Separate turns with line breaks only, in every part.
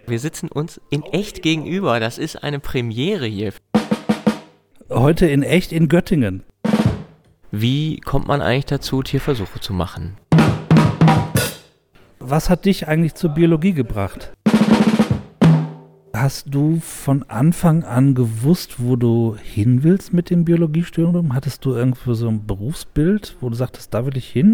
Wir sitzen uns in echt gegenüber. Das ist eine Premiere hier.
Heute in echt in Göttingen.
Wie kommt man eigentlich dazu, Tierversuche zu machen?
Was hat dich eigentlich zur Biologie gebracht? Hast du von Anfang an gewusst, wo du hin willst mit dem Biologiestudium? Hattest du irgendwo so ein Berufsbild, wo du sagtest, da will ich hin?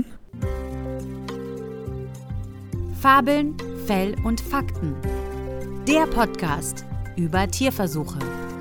Fabeln, Fell und Fakten. Der Podcast über Tierversuche.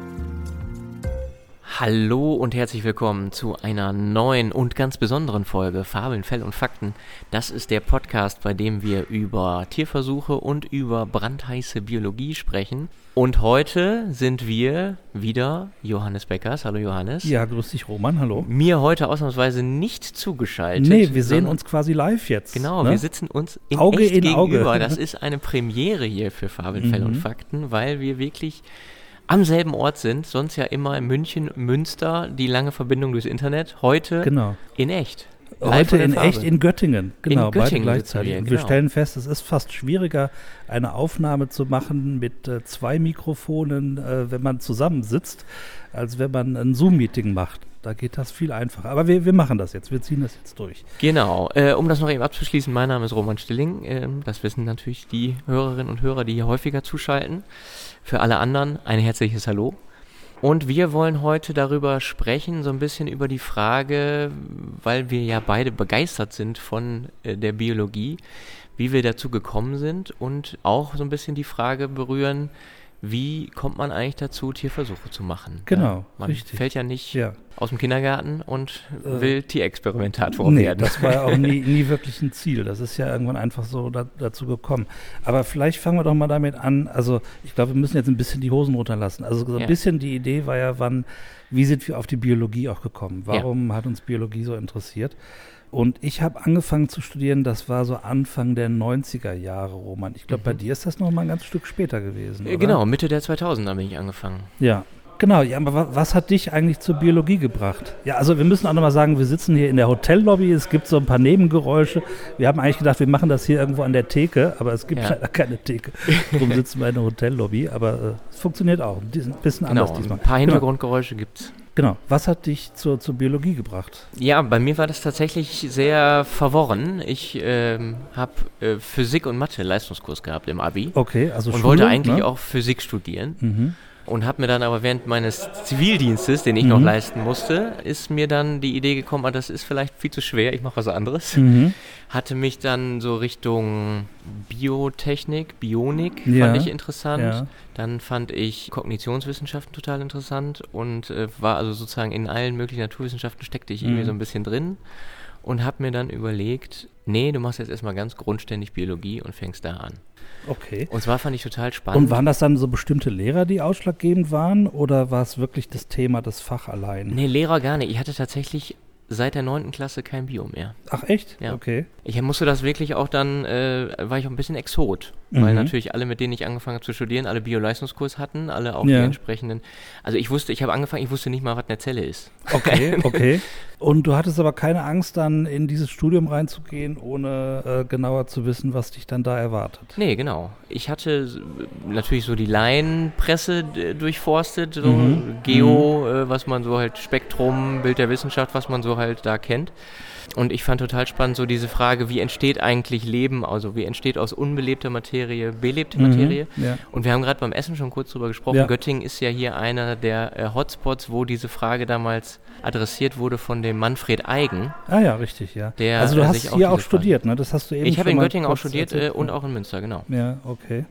Hallo und herzlich willkommen zu einer neuen und ganz besonderen Folge Fabeln, Fell und Fakten. Das ist der Podcast, bei dem wir über Tierversuche und über brandheiße Biologie sprechen. Und heute sind wir wieder Johannes Beckers. Hallo Johannes.
Ja, grüß dich Roman, hallo.
Mir heute ausnahmsweise nicht zugeschaltet.
Nee, wir sehen uns quasi live jetzt.
Genau,
ne?
Wir sitzen uns in
Auge
echt
in
gegenüber.
Auge.
Das ist eine Premiere hier für Fabeln, Fell und Fakten, weil wir wirklich am selben Ort sind, sonst ja immer in München, Münster, die lange Verbindung durchs Internet, heute in echt.
Heute in echt in Göttingen, genau,
in Göttingen
beide gleichzeitig.
wir,
Und
genau.
wir stellen fest, es ist fast schwieriger, eine Aufnahme zu machen mit 2 Mikrofonen, wenn man zusammensitzt, als wenn man ein Zoom-Meeting macht. Da geht das viel einfacher. Aber wir machen das jetzt, wir ziehen das jetzt durch.
Genau, um das noch eben abzuschließen, mein Name ist Roman Stilling. Das wissen natürlich die Hörerinnen und Hörer, die hier häufiger zuschalten. Für alle anderen ein herzliches Hallo. Und wir wollen heute darüber sprechen, so ein bisschen über die Frage, weil wir ja beide begeistert sind von der Biologie, wie wir dazu gekommen sind und auch so ein bisschen die Frage berühren, wie kommt man eigentlich dazu, Tierversuche zu machen?
Genau,
man
richtig.
fällt ja nicht
Ja.
aus dem Kindergarten und will Tierexperimentator werden.
Das war ja auch nie wirklich ein Ziel. Das ist ja irgendwann einfach so dazu gekommen. Aber vielleicht fangen wir doch mal damit an. Also ich glaube, wir müssen jetzt ein bisschen die Hosen runterlassen. Also so ein bisschen die Idee war ja, wie sind wir auf die Biologie auch gekommen? Warum hat uns Biologie so interessiert? Und ich habe angefangen zu studieren, das war so Anfang der 90er Jahre, Roman. Ich glaube, bei dir ist das noch mal ein ganz Stück später gewesen, oder?
Genau, Mitte der 2000er bin ich angefangen.
Ja, genau. Ja, aber was hat dich eigentlich zur Biologie gebracht? Ja, also wir müssen auch noch mal sagen, wir sitzen hier in der Hotellobby, es gibt so ein paar Nebengeräusche. Wir haben eigentlich gedacht, wir machen das hier irgendwo an der Theke, aber es gibt leider keine Theke. Darum sitzen wir in der Hotellobby, aber es funktioniert auch. Ein bisschen anders diesmal.
Ein paar Hintergrundgeräusche gibt's.
Genau. Was hat dich zur Biologie gebracht?
Ja, bei mir war das tatsächlich sehr verworren. Ich habe Physik und Mathe Leistungskurs gehabt im Abi.
Okay, also
und
Schule,
wollte eigentlich
ne?
auch Physik studieren.
Mhm.
Und habe mir dann aber während meines Zivildienstes, den ich noch leisten musste, ist mir dann die Idee gekommen, das ist vielleicht viel zu schwer, ich mache was anderes. Hatte mich dann so Richtung Biotechnik, Bionik fand ich interessant. Ja. Dann fand ich Kognitionswissenschaften total interessant und war also sozusagen in allen möglichen Naturwissenschaften steckte ich irgendwie so ein bisschen drin. Und habe mir dann überlegt, nee, du machst jetzt erstmal ganz grundständig Biologie und fängst da an.
Okay.
Und zwar fand ich total spannend.
Und waren das dann so bestimmte Lehrer, die ausschlaggebend waren, oder war es wirklich das Thema, das Fach allein?
Nee, Lehrer gar nicht. Ich hatte tatsächlich seit der 9. Klasse kein Bio mehr.
Ach echt?
Ja.
Okay.
Ich musste das wirklich auch dann, war ich auch ein bisschen Exot, weil natürlich alle, mit denen ich angefangen habe zu studieren, alle Bio-Leistungskurs hatten, alle auch die entsprechenden. Also ich wusste nicht mal, was eine Zelle ist.
Okay, okay. Und du hattest aber keine Angst, dann in dieses Studium reinzugehen, ohne genauer zu wissen, was dich dann da erwartet?
Nee, genau. Ich hatte natürlich so die Laienpresse durchforstet, so Geo, was man so halt, Spektrum, Bild der Wissenschaft, was man so halt da kennt. Und ich fand total spannend so diese Frage, wie entsteht eigentlich Leben, also wie entsteht aus unbelebter Materie belebte Materie. Ja. Und wir haben gerade beim Essen schon kurz drüber gesprochen, Göttingen ist ja hier einer der Hotspots, wo diese Frage damals adressiert wurde von dem Manfred Eigen.
Ah ja, richtig, ja.
Also
du hast hier auch studiert, ne? Das hast du eben
Ich habe in Göttingen auch
studiert
und auch in Münster, genau.
Ja, okay.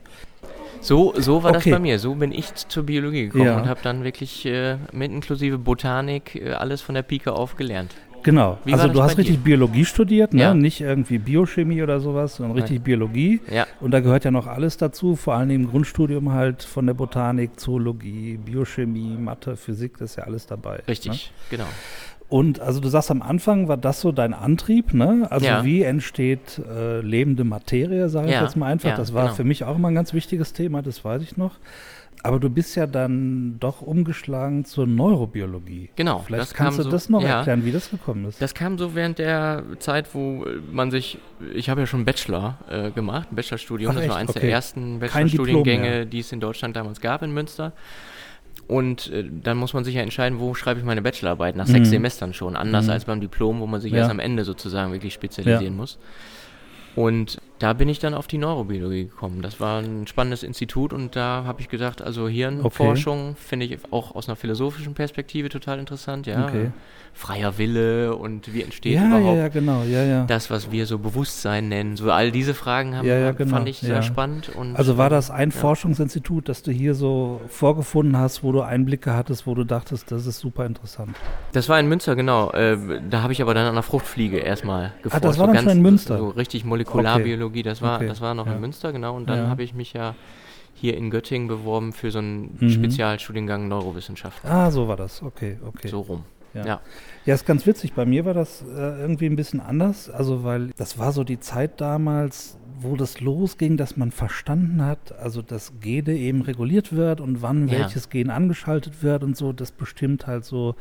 So war das bei mir. So bin ich zur Biologie gekommen und habe dann wirklich mit inklusive Botanik alles von der Pike auf gelernt.
Genau, also du hast richtig Biologie studiert, ne?
Ja.
Nicht irgendwie Biochemie oder sowas, sondern richtig Biologie.
Ja.
Und da gehört ja noch alles dazu, vor allem im Grundstudium halt von der Botanik, Zoologie, Biochemie, Mathe, Physik, das ist ja alles dabei.
Richtig,
ne?
Genau.
Und also du sagst am Anfang, war das so dein Antrieb, ne? Also wie entsteht lebende Materie, sage ich jetzt mal einfach. Das war für mich auch immer ein ganz wichtiges Thema, das weiß ich noch. Aber du bist ja dann doch umgeschlagen zur Neurobiologie.
Genau.
Vielleicht kannst du das noch erklären, wie das gekommen ist.
Das kam so während der Zeit, wo ich habe ja schon einen Bachelor gemacht, ein Bachelorstudium. Das war eins der ersten Bachelorstudiengänge, die es in Deutschland damals gab, in Münster. Und dann muss man sich ja entscheiden, wo schreibe ich meine Bachelorarbeit, nach 6 Semestern schon. Anders als beim Diplom, wo man sich erst am Ende sozusagen wirklich spezialisieren muss. Und da bin ich dann auf die Neurobiologie gekommen. Das war ein spannendes Institut und da habe ich gedacht, also Hirnforschung finde ich auch aus einer philosophischen Perspektive total interessant. Ja, freier Wille und wie entsteht überhaupt das, was wir so Bewusstsein nennen. So all diese Fragen fand ich sehr spannend. Und,
also war das ein Forschungsinstitut, das du hier so vorgefunden hast, wo du Einblicke hattest, wo du dachtest, das ist super interessant?
Das war in Münster, genau. Da habe ich aber dann an der Fruchtfliege erstmal geforscht.
Das war dann schon in Münster?
So richtig Molekularbiologie, das war noch in Münster, genau. Und dann habe ich mich hier in Göttingen beworben für so einen Spezialstudiengang Neurowissenschaften.
So war das, okay.
So rum.
Ja, ist ganz witzig. Bei mir war das irgendwie ein bisschen anders. Also, weil das war so die Zeit damals, wo das losging, dass man verstanden hat, also dass Gene eben reguliert wird und wann welches Gen angeschaltet wird und so. Das bestimmt halt so,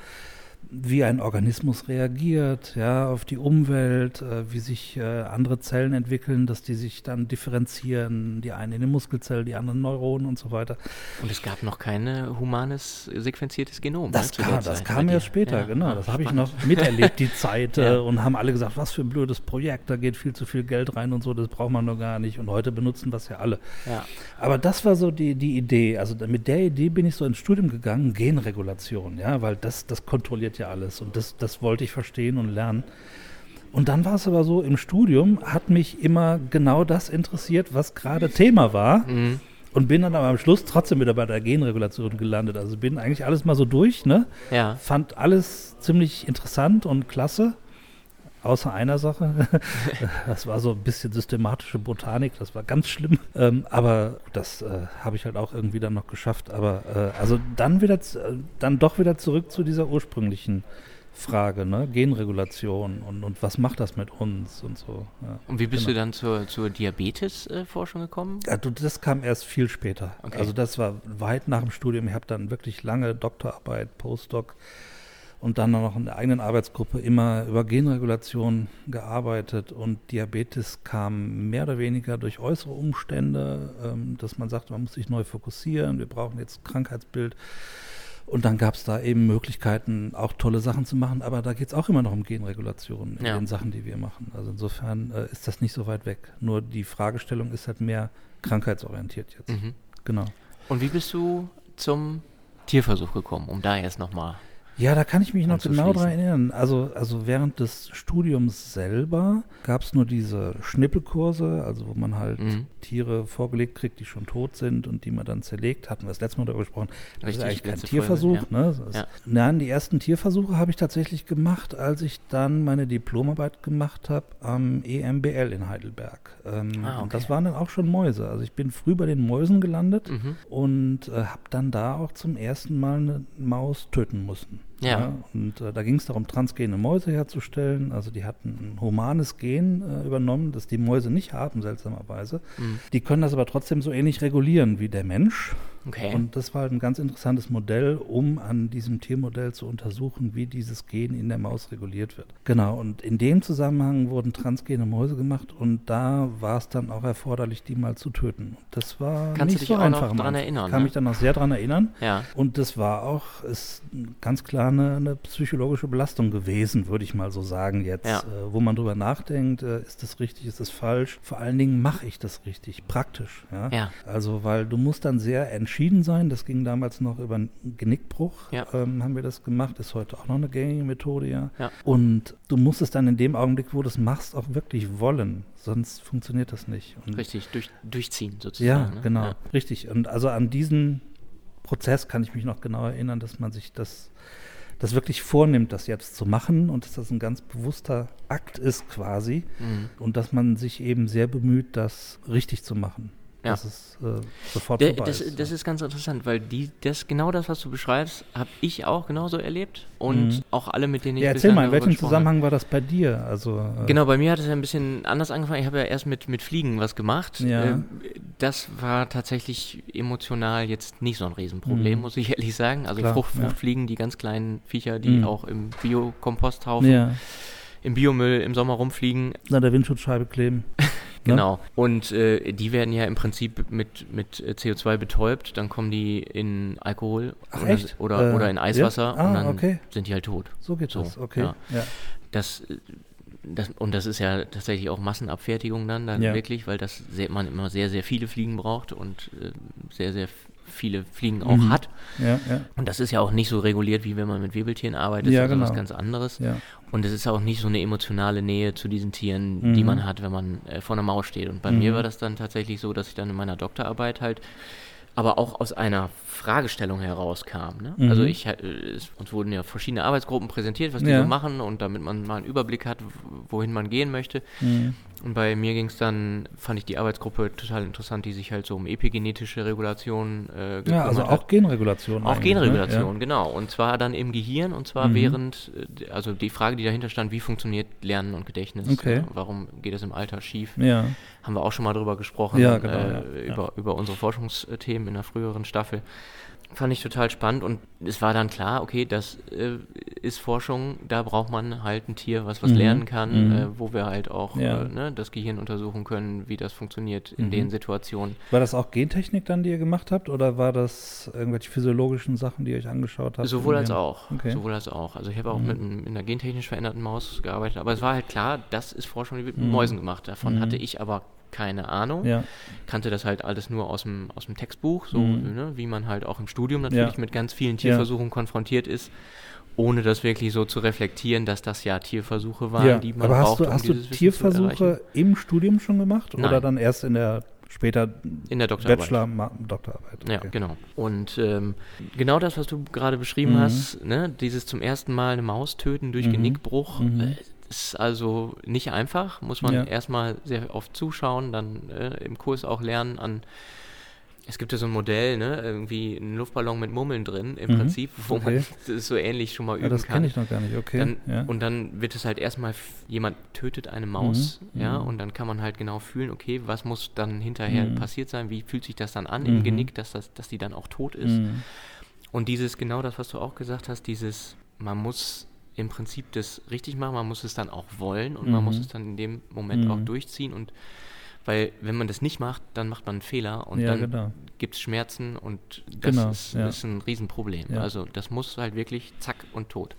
wie ein Organismus reagiert, auf die Umwelt, wie sich andere Zellen entwickeln, dass die sich dann differenzieren, die eine in den Muskelzellen, die anderen Neuronen und so weiter.
Und es gab noch kein humanes, sequenziertes Genom.
Das kam erst später, genau. Das habe ich noch miterlebt, die Zeit, und haben alle gesagt, was für ein blödes Projekt, da geht viel zu viel Geld rein und so, das braucht man noch gar nicht. Und heute benutzen wir es ja alle. Ja. Aber das war so die Idee. Also mit der Idee bin ich so ins Studium gegangen, Genregulation, weil das kontrolliert ja alles und das wollte ich verstehen und lernen. Und dann war es aber so, im Studium hat mich immer genau das interessiert, was gerade Thema war und bin dann aber am Schluss trotzdem wieder bei der Genregulation gelandet. Also bin eigentlich alles mal so durch, ne? Ja. Fand alles ziemlich interessant und klasse, außer einer Sache. Das war so ein bisschen systematische Botanik, das war ganz schlimm. Aber das habe ich halt auch irgendwie dann noch geschafft. Aber also dann doch wieder zurück zu dieser ursprünglichen Frage, ne? Genregulation und was macht das mit uns und so. Ja,
und wie bist du dann zur Diabetes-Forschung gekommen?
Ja, das kam erst viel später. Okay. Also das war weit nach dem Studium. Ich habe dann wirklich lange Doktorarbeit, Postdoc und dann noch in der eigenen Arbeitsgruppe immer über Genregulation gearbeitet und Diabetes kam mehr oder weniger durch äußere Umstände, dass man sagt, man muss sich neu fokussieren, wir brauchen jetzt Krankheitsbild. Und dann gab es da eben Möglichkeiten, auch tolle Sachen zu machen, aber da geht es auch immer noch um Genregulation in den Sachen, die wir machen. Also insofern ist das nicht so weit weg. Nur die Fragestellung ist halt mehr krankheitsorientiert jetzt. Mhm. Genau.
Und wie bist du zum Tierversuch gekommen, um da jetzt nochmal...
Ja, da kann ich mich noch genau dran erinnern. Also während des Studiums selber gab es nur diese Schnippelkurse, also wo man halt Tiere vorgelegt kriegt, die schon tot sind und die man dann zerlegt. Hatten wir das letzte Mal darüber gesprochen. Das ist eigentlich kein Tierversuch. Folge, Nein, die ersten Tierversuche habe ich tatsächlich gemacht, als ich dann meine Diplomarbeit gemacht habe am EMBL in Heidelberg. Und das waren dann auch schon Mäuse. Also ich bin früh bei den Mäusen gelandet und habe dann da auch zum ersten Mal eine Maus töten müssen. Ja. Und da ging es darum, transgene Mäuse herzustellen. Also die hatten ein humanes Gen übernommen, das die Mäuse nicht haben, seltsamerweise. Die können das aber trotzdem so ähnlich regulieren wie der Mensch. Okay. Und das war halt ein ganz interessantes Modell, um an diesem Tiermodell zu untersuchen, wie dieses Gen in der Maus reguliert wird. Genau, und in dem Zusammenhang wurden transgene Mäuse gemacht und da war es dann auch erforderlich, die mal zu töten. Das war
Kannst
nicht so einfach.
Kannst du dich auch noch dran erinnern?
Ich kann mich dann noch sehr dran erinnern. Ja. Und das war auch, ist ganz klar eine psychologische Belastung gewesen, würde ich mal so sagen jetzt, wo man drüber nachdenkt, ist das richtig, ist das falsch? Vor allen Dingen mache ich das richtig, praktisch. Ja? Also, weil du musst dann sehr entschieden sein, das ging damals noch über einen Genickbruch, haben wir das gemacht, ist heute auch noch eine gängige Methode, ja. Und du musst es dann in dem Augenblick, wo du es machst, auch wirklich wollen, sonst funktioniert das nicht. Und
richtig, durchziehen sozusagen.
Ja, ne? Genau, richtig. Und also an diesen Prozess kann ich mich noch genau erinnern, dass man sich das wirklich vornimmt, das jetzt zu machen und dass das ein ganz bewusster Akt ist quasi und dass man sich eben sehr bemüht, das richtig zu machen.
Ja.
Dass es sofort vorbei ist.
Das ist ganz interessant, weil genau das, was du beschreibst, habe ich auch genauso erlebt und auch alle, mit denen ich
erzähl mal, in welchem Zusammenhang war das bei dir?
Genau, bei mir hat es ja ein bisschen anders angefangen. Ich habe ja erst mit Fliegen was gemacht. Ja. das war tatsächlich emotional jetzt nicht so ein Riesenproblem, muss ich ehrlich sagen. Also
Klar,
Fruchtfliegen, die ganz kleinen Viecher, die auch im Biokomposthaufen, im Biomüll im Sommer rumfliegen.
An der Windschutzscheibe kleben.
Genau. Und die werden ja im Prinzip mit CO2 betäubt, dann kommen die in Alkohol oder in Eiswasser und dann sind die halt tot.
So geht das, okay.
Ja. Und das ist ja tatsächlich auch Massenabfertigung dann wirklich, weil man immer sehr, sehr viele Fliegen braucht und sehr, sehr viele Fliegen auch hat.
Ja.
Und das ist ja auch nicht so reguliert, wie wenn man mit Wirbeltieren arbeitet. Das ist was ganz anderes.
Ja.
Und es ist auch nicht so eine emotionale Nähe zu diesen Tieren, die man hat, wenn man vor einer Maus steht. Und bei mir war das dann tatsächlich so, dass ich dann in meiner Doktorarbeit halt aber auch aus einer Fragestellung herauskam. Ne? Also uns wurden ja verschiedene Arbeitsgruppen präsentiert, was die so machen und damit man mal einen Überblick hat, wohin man gehen möchte. Und bei mir ging es dann, fand ich die Arbeitsgruppe total interessant, die sich halt so um epigenetische Regulation gekümmert hat.
Also auch Genregulation.
Auch Genregulation, genau. Und zwar dann im Gehirn und zwar also die Frage, die dahinter stand, wie funktioniert Lernen und Gedächtnis?
Okay.
Warum geht das im Alter schief?
Ja.
Haben wir auch schon mal drüber gesprochen, über unsere Forschungsthemen in der früheren Staffel. Fand ich total spannend und es war dann klar, okay, das ist Forschung, da braucht man halt ein Tier, was lernen kann, wo wir halt auch das Gehirn untersuchen können, wie das funktioniert in den Situationen.
War das auch Gentechnik dann, die ihr gemacht habt oder war das irgendwelche physiologischen Sachen, die ihr euch angeschaut habt?
Sowohl als auch.
Okay.
Sowohl als auch. Also ich habe auch mit einer gentechnisch veränderten Maus gearbeitet, aber es war halt klar, das ist Forschung, die wird mit Mäusen gemacht. Davon hatte ich aber keine Ahnung, kannte das halt alles nur aus dem Textbuch, so wie man halt auch im Studium natürlich mit ganz vielen Tierversuchen konfrontiert ist, ohne das wirklich so zu reflektieren, dass das ja Tierversuche waren, die man braucht, um
hast du Tierversuche im Studium schon gemacht oder dann erst in der Doktorarbeit? Doktorarbeit.
Okay. Ja, genau. Und genau das, was du gerade beschrieben hast, ne, dieses zum ersten Mal eine Maus töten durch Genickbruch, ist also nicht einfach, muss man erstmal sehr oft zuschauen, dann im Kurs auch lernen es gibt ja so ein Modell, ne, irgendwie ein Luftballon mit Murmeln drin, im Prinzip, wo man das so ähnlich schon mal üben kann.
Das kenne ich noch gar nicht, okay.
Und dann wird es halt erstmal, jemand tötet eine Maus, und dann kann man halt genau fühlen, okay, was muss dann hinterher passiert sein, wie fühlt sich das dann an im Genick, dass die dann auch tot ist. Und genau das, was du auch gesagt hast, man muss im Prinzip das richtig machen, man muss es dann auch wollen und man muss es dann in dem Moment auch durchziehen weil wenn man das nicht macht, dann macht man einen Fehler und dann gibt es Schmerzen und das ist ein Riesenproblem. Ja. Also das muss halt wirklich zack und tot.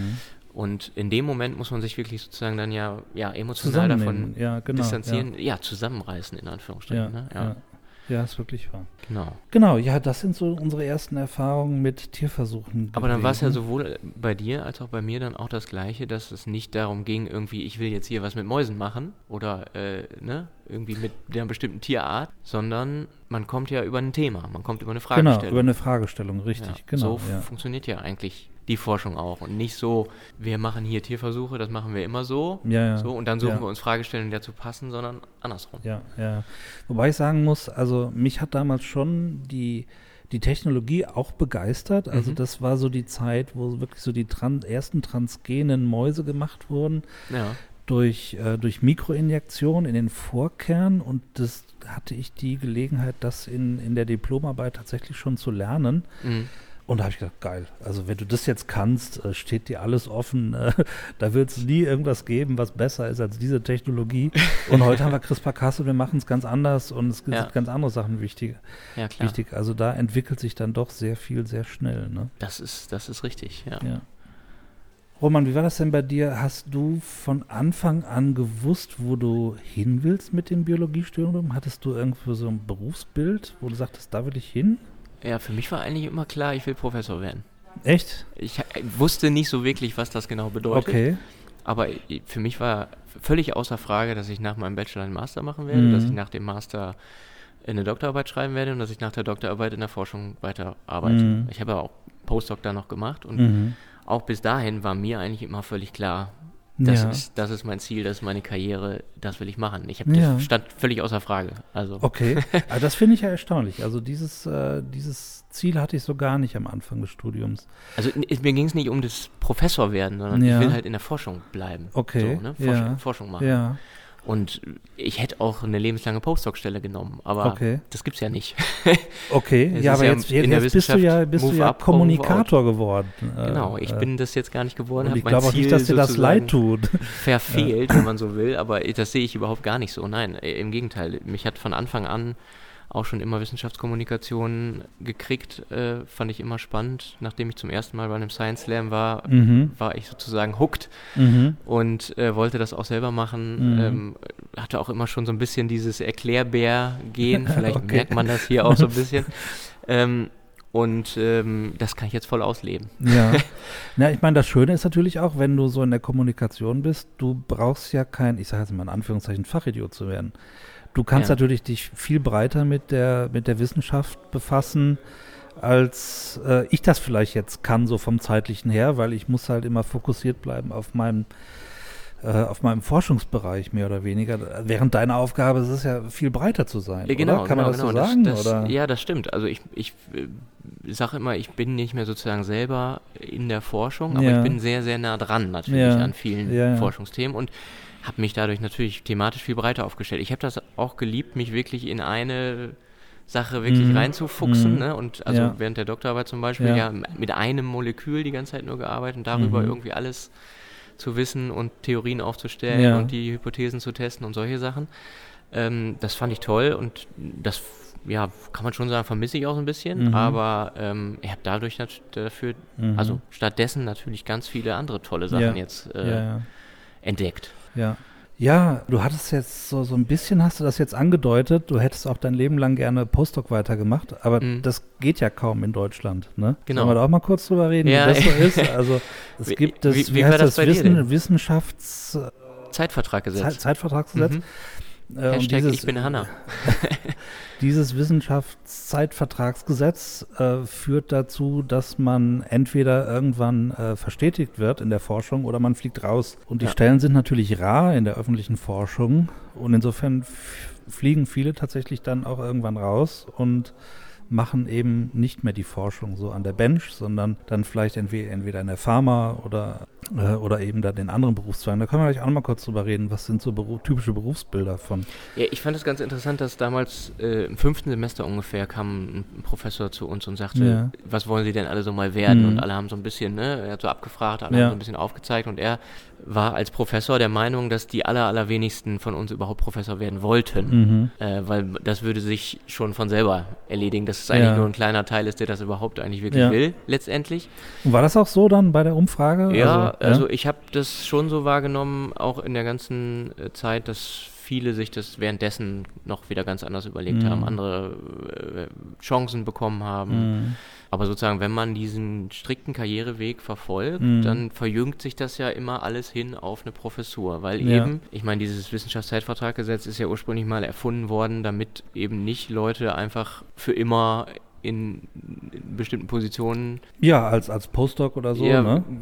Und in dem Moment muss man sich wirklich sozusagen dann emotional davon distanzieren, zusammenreißen in Anführungsstrichen.
Ja, ist wirklich wahr.
Genau,
ja, das sind so unsere ersten Erfahrungen mit Tierversuchen.
Aber dann war es ja sowohl bei dir als auch bei mir dann auch das Gleiche, dass es nicht darum ging, irgendwie, ich will jetzt hier was mit Mäusen machen oder irgendwie mit einer bestimmten Tierart, sondern man kommt ja über ein Thema, man kommt über eine Fragestellung.
Genau, über eine Fragestellung, richtig.
So funktioniert ja eigentlich die Forschung auch und nicht so, wir machen hier Tierversuche, das machen wir immer so, so und dann suchen wir uns Fragestellungen, die dazu passen, sondern andersrum.
Ja. Wobei ich sagen muss, also mich hat damals schon die Technologie auch begeistert. Also das war so die Zeit, wo wirklich so die ersten transgenen Mäuse gemacht wurden. Ja. Durch Mikroinjektion in den Vorkern und das hatte ich die Gelegenheit, das in der Diplomarbeit tatsächlich schon zu lernen. Und da habe ich gedacht, geil, also wenn du das jetzt kannst, steht dir alles offen, da wird es nie irgendwas geben, was besser ist als diese Technologie. Und heute haben wir CRISPR-Cas und wir machen es ganz anders und es sind ganz andere Sachen wichtig. Ja, klar. Also da entwickelt sich dann doch sehr viel, sehr schnell. Ne?
Das ist richtig, ja.
Roman, wie war das denn bei dir? Hast du von Anfang an gewusst, wo du hin willst mit dem Biologiestudium? Hattest du irgendwo so ein Berufsbild, wo du sagtest, da will ich hin?
Ja, für mich war eigentlich immer klar, ich will Professor werden.
Echt?
Ich wusste nicht so wirklich, was das genau bedeutet.
Okay.
Aber für mich war völlig außer Frage, dass ich nach meinem Bachelor einen Master machen werde, dass ich nach dem Master eine Doktorarbeit schreiben werde und dass ich nach der Doktorarbeit in der Forschung weiter arbeite. Ich habe ja auch Postdoc da noch gemacht und auch bis dahin war mir eigentlich immer völlig klar, das ist mein Ziel, das ist meine Karriere, das will ich machen. Das stand völlig außer Frage. Also.
Okay, aber das finde ich ja erstaunlich. Also dieses Ziel hatte ich so gar nicht am Anfang des Studiums.
Also mir ging es nicht um das Professor werden, sondern ich will halt in der Forschung bleiben.
Okay.
So, ne? Forschung machen.
Ja.
Und ich hätte auch eine lebenslange Postdoc-Stelle genommen, aber das gibt's ja nicht.
Okay, ja, aber jetzt bist du ja Kommunikator geworden.
Genau, ich bin das jetzt gar nicht geworden.
Und ich glaube auch nicht, dass dir das leid tut.
Verfehlt, wenn man so will, aber das sehe ich überhaupt gar nicht so. Nein, im Gegenteil. Mich hat von Anfang an auch schon immer Wissenschaftskommunikation gekriegt, fand ich immer spannend. Nachdem ich zum ersten Mal bei einem Science Slam war, war ich sozusagen hooked und wollte das auch selber machen. Hatte auch immer schon so ein bisschen dieses Erklärbär-Gen, vielleicht merkt man das hier auch so ein bisschen. Das kann ich jetzt voll ausleben.
Ja. Na, ich meine, das Schöne ist natürlich auch, wenn du so in der Kommunikation bist, du brauchst ja kein, ich sage jetzt mal in Anführungszeichen, Fachidiot zu werden. Du kannst natürlich dich viel breiter mit der Wissenschaft befassen, als ich das vielleicht jetzt kann, so vom Zeitlichen her, weil ich muss halt immer fokussiert bleiben auf meinem Forschungsbereich mehr oder weniger. Während deiner Aufgabe ist es ja viel breiter zu sein,
genau,
oder? Kann man das so sagen?
Ja, das stimmt. Also ich sage immer, ich bin nicht mehr sozusagen selber in der Forschung, aber ich bin sehr, sehr nah dran natürlich an vielen Forschungsthemen und habe mich dadurch natürlich thematisch viel breiter aufgestellt. Ich habe das auch geliebt, mich wirklich in eine Sache wirklich reinzufuchsen. Ne? Und also während der Doktorarbeit zum Beispiel mit einem Molekül die ganze Zeit nur gearbeitet und darüber irgendwie alles zu wissen und Theorien aufzustellen und die Hypothesen zu testen und solche Sachen. Das fand ich toll und das kann man schon sagen, vermisse ich auch so ein bisschen, aber ich habe dadurch dafür, also stattdessen natürlich ganz viele andere tolle Sachen jetzt entdeckt.
Ja, du hattest jetzt so ein bisschen, hast du das jetzt angedeutet, du hättest auch dein Leben lang gerne Postdoc weitergemacht, aber das geht ja kaum in Deutschland, ne?
Genau.
Sollen wir da auch mal kurz drüber reden, wie das so ist? Also es gibt das, wie heißt das, Wissenschafts...
Zeitvertragsgesetz.
Zeitvertragsgesetz.
Hashtag ich bin Hanna.
Dieses Wissenschaftszeitvertragsgesetz führt dazu, dass man entweder irgendwann verstetigt wird in der Forschung oder man fliegt raus. Und die Stellen sind natürlich rar in der öffentlichen Forschung und insofern fliegen viele tatsächlich dann auch irgendwann raus und machen eben nicht mehr die Forschung so an der Bench, sondern dann vielleicht entweder in der Pharma oder eben dann in anderen Berufszweigen. Da können wir gleich auch noch mal kurz drüber reden. Was sind so typische Berufsbilder von?
Ja, ich fand es ganz interessant, dass damals im 5. Semester ungefähr kam ein Professor zu uns und sagte, was wollen Sie denn alle so mal werden? Und alle haben so ein bisschen, er hat so abgefragt, alle haben so ein bisschen aufgezeigt und er war als Professor der Meinung, dass die allerwenigsten von uns überhaupt Professor werden wollten, weil das würde sich schon von selber erledigen, dass es eigentlich nur ein kleiner Teil ist, der das überhaupt eigentlich wirklich will, letztendlich.
Und war das auch so dann bei der Umfrage?
Ja, also ich habe das schon so wahrgenommen, auch in der ganzen Zeit, dass viele sich das währenddessen noch wieder ganz anders überlegt haben, andere Chancen bekommen haben. Aber sozusagen, wenn man diesen strikten Karriereweg verfolgt, dann verjüngt sich das ja immer alles hin auf eine Professur. Weil eben, ich meine, dieses Wissenschaftszeitvertragsgesetz ist ja ursprünglich mal erfunden worden, damit eben nicht Leute einfach für immer in bestimmten Positionen
als Postdoc oder so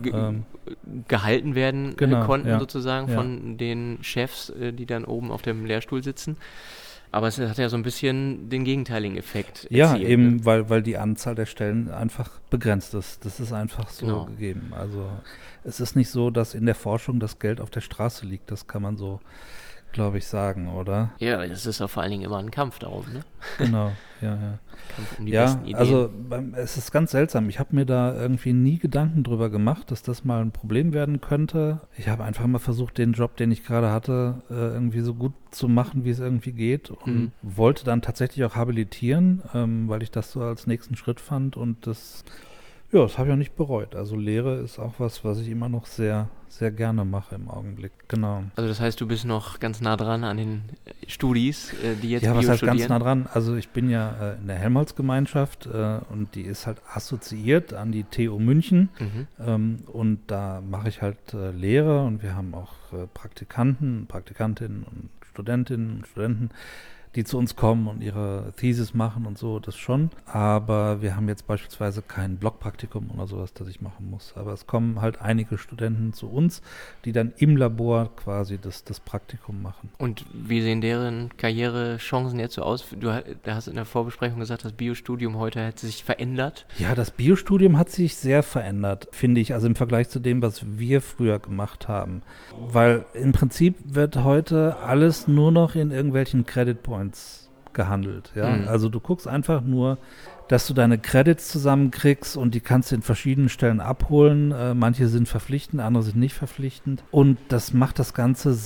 gehalten werden konnten sozusagen von den Chefs, die dann oben auf dem Lehrstuhl sitzen. Aber es hat ja so ein bisschen den gegenteiligen Effekt erzielt. Ja,
eben, weil die Anzahl der Stellen einfach begrenzt ist. Das ist einfach so gegeben. Also es ist nicht so, dass in der Forschung das Geld auf der Straße liegt. Das kann man so, glaube ich, sagen, oder?
Ja, das ist ja vor allen Dingen immer ein Kampf darum, ne?
Genau,
Kampf um die besten Ideen.
Also es ist ganz seltsam. Ich habe mir da irgendwie nie Gedanken drüber gemacht, dass das mal ein Problem werden könnte. Ich habe einfach mal versucht, den Job, den ich gerade hatte, irgendwie so gut zu machen, wie es irgendwie geht und wollte dann tatsächlich auch habilitieren, weil ich das so als nächsten Schritt fand und das habe ich auch nicht bereut. Also Lehre ist auch was ich immer noch sehr, sehr gerne mache im Augenblick. Genau.
Also das heißt, du bist noch ganz nah dran an den Studis, die jetzt
Bio
studieren?
Ja, was heißt ganz nah dran? Also ich bin ja in der Helmholtz-Gemeinschaft und die ist halt assoziiert an die TU München und da mache ich halt Lehre und wir haben auch Praktikanten, Praktikantinnen und Studentinnen und Studenten. die zu uns kommen und ihre Thesis machen und so, das schon. Aber wir haben jetzt beispielsweise kein Blockpraktikum oder sowas, das ich machen muss. Aber es kommen halt einige Studenten zu uns, die dann im Labor quasi das Praktikum machen.
Und wie sehen deren Karrierechancen jetzt so aus? Du hast in der Vorbesprechung gesagt, das Biostudium heute hat sich verändert.
Ja, das Biostudium hat sich sehr verändert, finde ich, also im Vergleich zu dem, was wir früher gemacht haben. Weil im Prinzip wird heute alles nur noch in irgendwelchen Credit Points gehandelt. Ja? Also du guckst einfach nur, dass du deine Credits zusammenkriegst und die kannst du in verschiedenen Stellen abholen. Manche sind verpflichtend, andere sind nicht verpflichtend. Und das macht das Ganze ist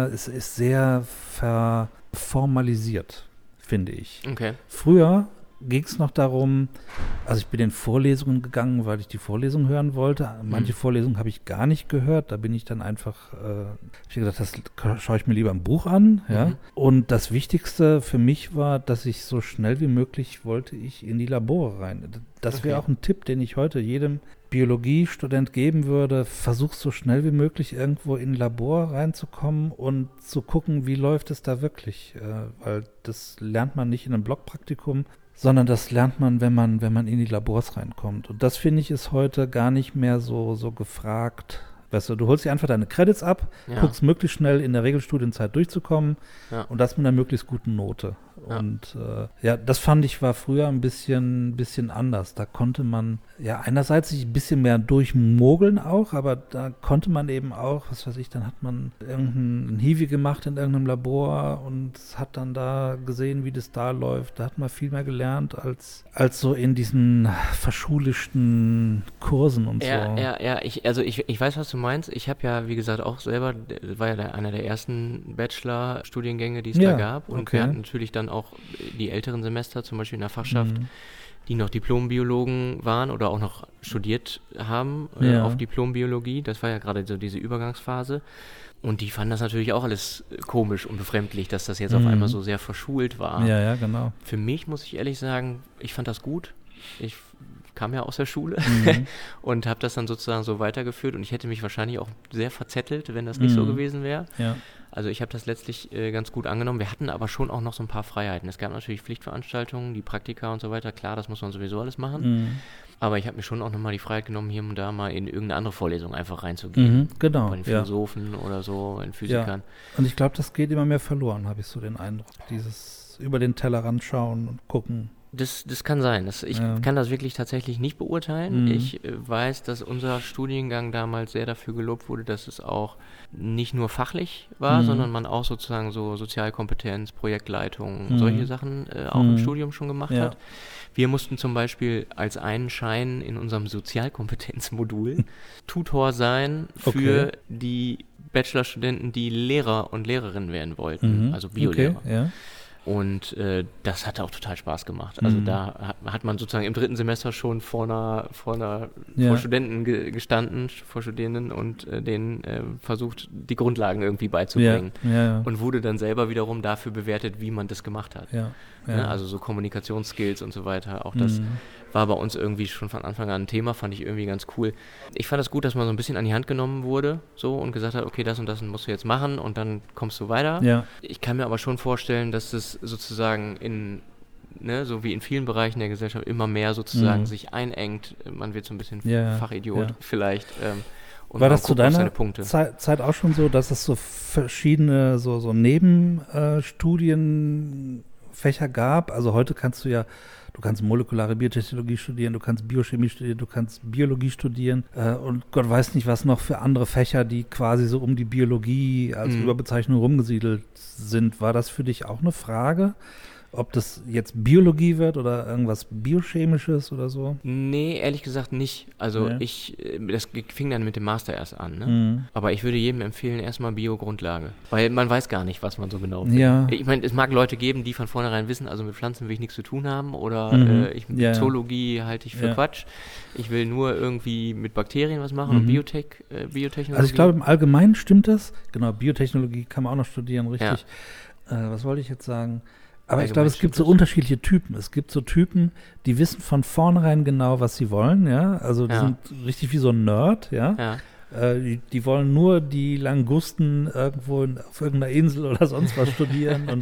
sehr verformalisiert, finde ich.
Okay.
Früher ging es noch darum, also ich bin in Vorlesungen gegangen, weil ich die Vorlesung hören wollte. Manche Vorlesungen habe ich gar nicht gehört. Da bin ich dann einfach, ich habe gesagt, das schaue ich mir lieber ein Buch an. Ja? Und das Wichtigste für mich war, dass ich so schnell wie möglich wollte ich in die Labore rein. Das wäre auch ein Tipp, den ich heute jedem Biologiestudent geben würde. Versuch so schnell wie möglich irgendwo in ein Labor reinzukommen und zu gucken, wie läuft es da wirklich. Weil das lernt man nicht in einem Blockpraktikum, sondern das lernt man, wenn man in die Labors reinkommt. Und das, finde ich, ist heute gar nicht mehr so gefragt. Weißt du holst dir einfach deine Credits ab, guckst möglichst schnell in der Regelstudienzeit durchzukommen und das mit einer möglichst guten Note. Und das fand ich war früher ein bisschen anders. Da konnte man einerseits sich ein bisschen mehr durchmogeln auch, aber da konnte man eben auch, was weiß ich, dann hat man irgendein Hiwi gemacht in irgendeinem Labor und hat dann da gesehen, wie das da läuft. Da hat man viel mehr gelernt als so in diesen verschulischten Kursen und so.
Ja, ich weiß, was du meinst. Ich habe ja, wie gesagt, auch selber, war ja einer der ersten Bachelor-Studiengänge, die es da gab. Und wir hatten natürlich dann auch die älteren Semester, zum Beispiel in der Fachschaft, die noch Diplombiologen waren oder auch noch studiert haben auf Diplombiologie. Das war ja gerade so diese Übergangsphase. Und die fanden das natürlich auch alles komisch und befremdlich, dass das jetzt auf einmal so sehr verschult war.
Ja, genau.
Für mich muss ich ehrlich sagen, ich fand das gut. Ich kam ja aus der Schule und habe das dann sozusagen so weitergeführt und ich hätte mich wahrscheinlich auch sehr verzettelt, wenn das nicht so gewesen wäre. Ja. Also ich habe das letztlich ganz gut angenommen. Wir hatten aber schon auch noch so ein paar Freiheiten. Es gab natürlich Pflichtveranstaltungen, die Praktika und so weiter. Klar, das muss man sowieso alles machen. Aber ich habe mir schon auch nochmal die Freiheit genommen, hier und da mal in irgendeine andere Vorlesung einfach reinzugehen.
Genau.
Bei den Philosophen oder so, bei den Physikern.
Ja. Und ich glaube, das geht immer mehr verloren, habe ich so den Eindruck. Dieses über den Tellerrand schauen und gucken.
Das kann sein. Ich kann das wirklich tatsächlich nicht beurteilen. Ich weiß, dass unser Studiengang damals sehr dafür gelobt wurde, dass es auch nicht nur fachlich war, sondern man auch sozusagen so Sozialkompetenz, Projektleitung, solche Sachen auch im Studium schon gemacht hat. Wir mussten zum Beispiel als einen Schein in unserem Sozialkompetenzmodul Tutor sein für die Bachelorstudenten, die Lehrer und Lehrerinnen werden wollten, also Biolehrer.
Okay, ja.
Und das hat auch total Spaß gemacht. Also da hat man sozusagen im 3. Semester schon vor Studenten gestanden, vor Studierenden und denen versucht, die Grundlagen irgendwie beizubringen.
Ja.
Und wurde dann selber wiederum dafür bewertet, wie man das gemacht hat. Ja. Ne? Also so Kommunikationsskills und so weiter. Auch das war bei uns irgendwie schon von Anfang an ein Thema, fand ich irgendwie ganz cool. Ich fand das gut, dass man so ein bisschen an die Hand genommen wurde so und gesagt hat, okay, das und das musst du jetzt machen und dann kommst du weiter. Ja. Ich kann mir aber schon vorstellen, dass es sozusagen so wie in vielen Bereichen der Gesellschaft immer mehr sozusagen sich einengt. Man wird so ein bisschen Fachidiot vielleicht. Und
war das zu deiner Zeit auch schon so, dass es so verschiedene so Nebenstudienfächer gab? Also heute kannst du kannst molekulare Biotechnologie studieren, du kannst Biochemie studieren, du kannst Biologie studieren und Gott weiß nicht, was noch für andere Fächer, die quasi so um die Biologie als Überbezeichnung rumgesiedelt sind. War das für dich auch eine Frage? Ob das jetzt Biologie wird oder irgendwas Biochemisches oder so?
Nee, ehrlich gesagt nicht. Also das fing dann mit dem Master erst an. Ne? Aber ich würde jedem empfehlen, erstmal Bio-Grundlage. Weil man weiß gar nicht, was man so genau will. Ja. Ich meine, es mag Leute geben, die von vornherein wissen, also mit Pflanzen will ich nichts zu tun haben oder Zoologie halte ich für Quatsch. Ich will nur irgendwie mit Bakterien was machen und Biotechnologie.
Also ich glaube, im Allgemeinen stimmt das. Genau, Biotechnologie kann man auch noch studieren, richtig. Ja. Was wollte ich jetzt sagen? Aber ich glaube, es gibt so unterschiedliche Typen. Es gibt so Typen, die wissen von vornherein genau, was sie wollen, ja. Also die sind richtig wie so ein Nerd, ja. Die wollen nur die Langusten irgendwo auf irgendeiner Insel oder sonst was studieren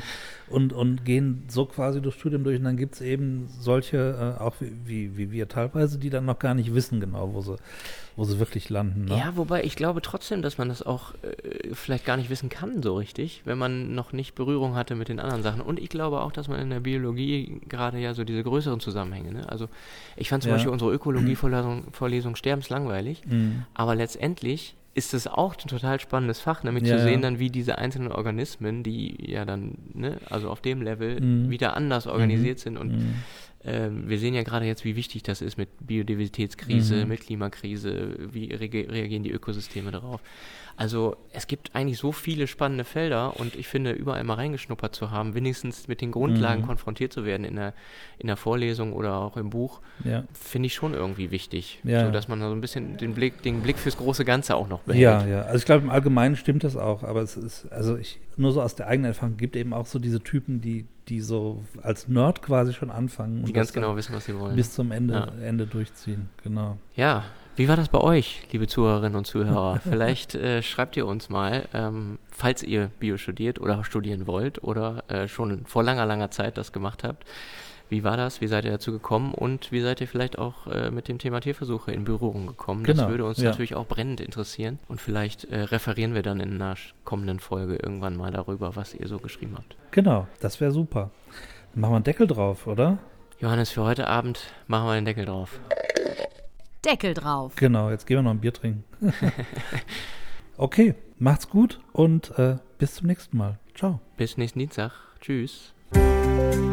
und gehen so quasi durchs Studium durch und dann gibt es eben solche, auch wie wir teilweise, die dann noch gar nicht wissen genau, wo sie wirklich landen. Ne?
Ja, wobei ich glaube trotzdem, dass man das auch vielleicht gar nicht wissen kann so richtig, wenn man noch nicht Berührung hatte mit den anderen Sachen. Und ich glaube auch, dass man in der Biologie gerade ja so diese größeren Zusammenhänge, ne? Also ich fand zum Beispiel unsere Ökologievorlesung sterbenslangweilig, aber letztendlich ist es auch ein total spannendes Fach, nämlich zu sehen dann, wie diese einzelnen Organismen, die ja dann, ne, also auf dem Level wieder anders organisiert sind und wir sehen ja gerade jetzt, wie wichtig das ist mit Biodiversitätskrise, mit Klimakrise, wie reagieren die Ökosysteme darauf. Also es gibt eigentlich so viele spannende Felder und ich finde, überall mal reingeschnuppert zu haben, wenigstens mit den Grundlagen konfrontiert zu werden in der Vorlesung oder auch im Buch, finde ich schon irgendwie wichtig, so dass man so ein bisschen den Blick fürs große Ganze auch noch behält.
Ja. Also ich glaube, im Allgemeinen stimmt das auch, aber es ist, also nur so aus der eigenen Erfahrung, gibt eben auch so diese Typen, die so als Nerd quasi schon anfangen.
Die ganz genau wissen, was sie wollen.
Bis zum Ende durchziehen, genau.
Ja, wie war das bei euch, liebe Zuhörerinnen und Zuhörer? Vielleicht schreibt ihr uns mal, falls ihr Bio studiert oder studieren wollt oder schon vor langer Zeit das gemacht habt. Wie war das? Wie seid ihr dazu gekommen? Und wie seid ihr vielleicht auch mit dem Thema Tierversuche in Berührung gekommen? Genau, das würde uns natürlich auch brennend interessieren. Und vielleicht referieren wir dann in einer kommenden Folge irgendwann mal darüber, was ihr so geschrieben habt.
Genau, das wäre super. Dann machen wir einen Deckel drauf, oder?
Johannes, für heute Abend machen wir einen Deckel drauf.
Deckel drauf.
Genau, jetzt gehen wir noch ein Bier trinken. Okay, macht's gut und bis zum nächsten Mal. Ciao.
Bis nächsten Dienstag. Tschüss.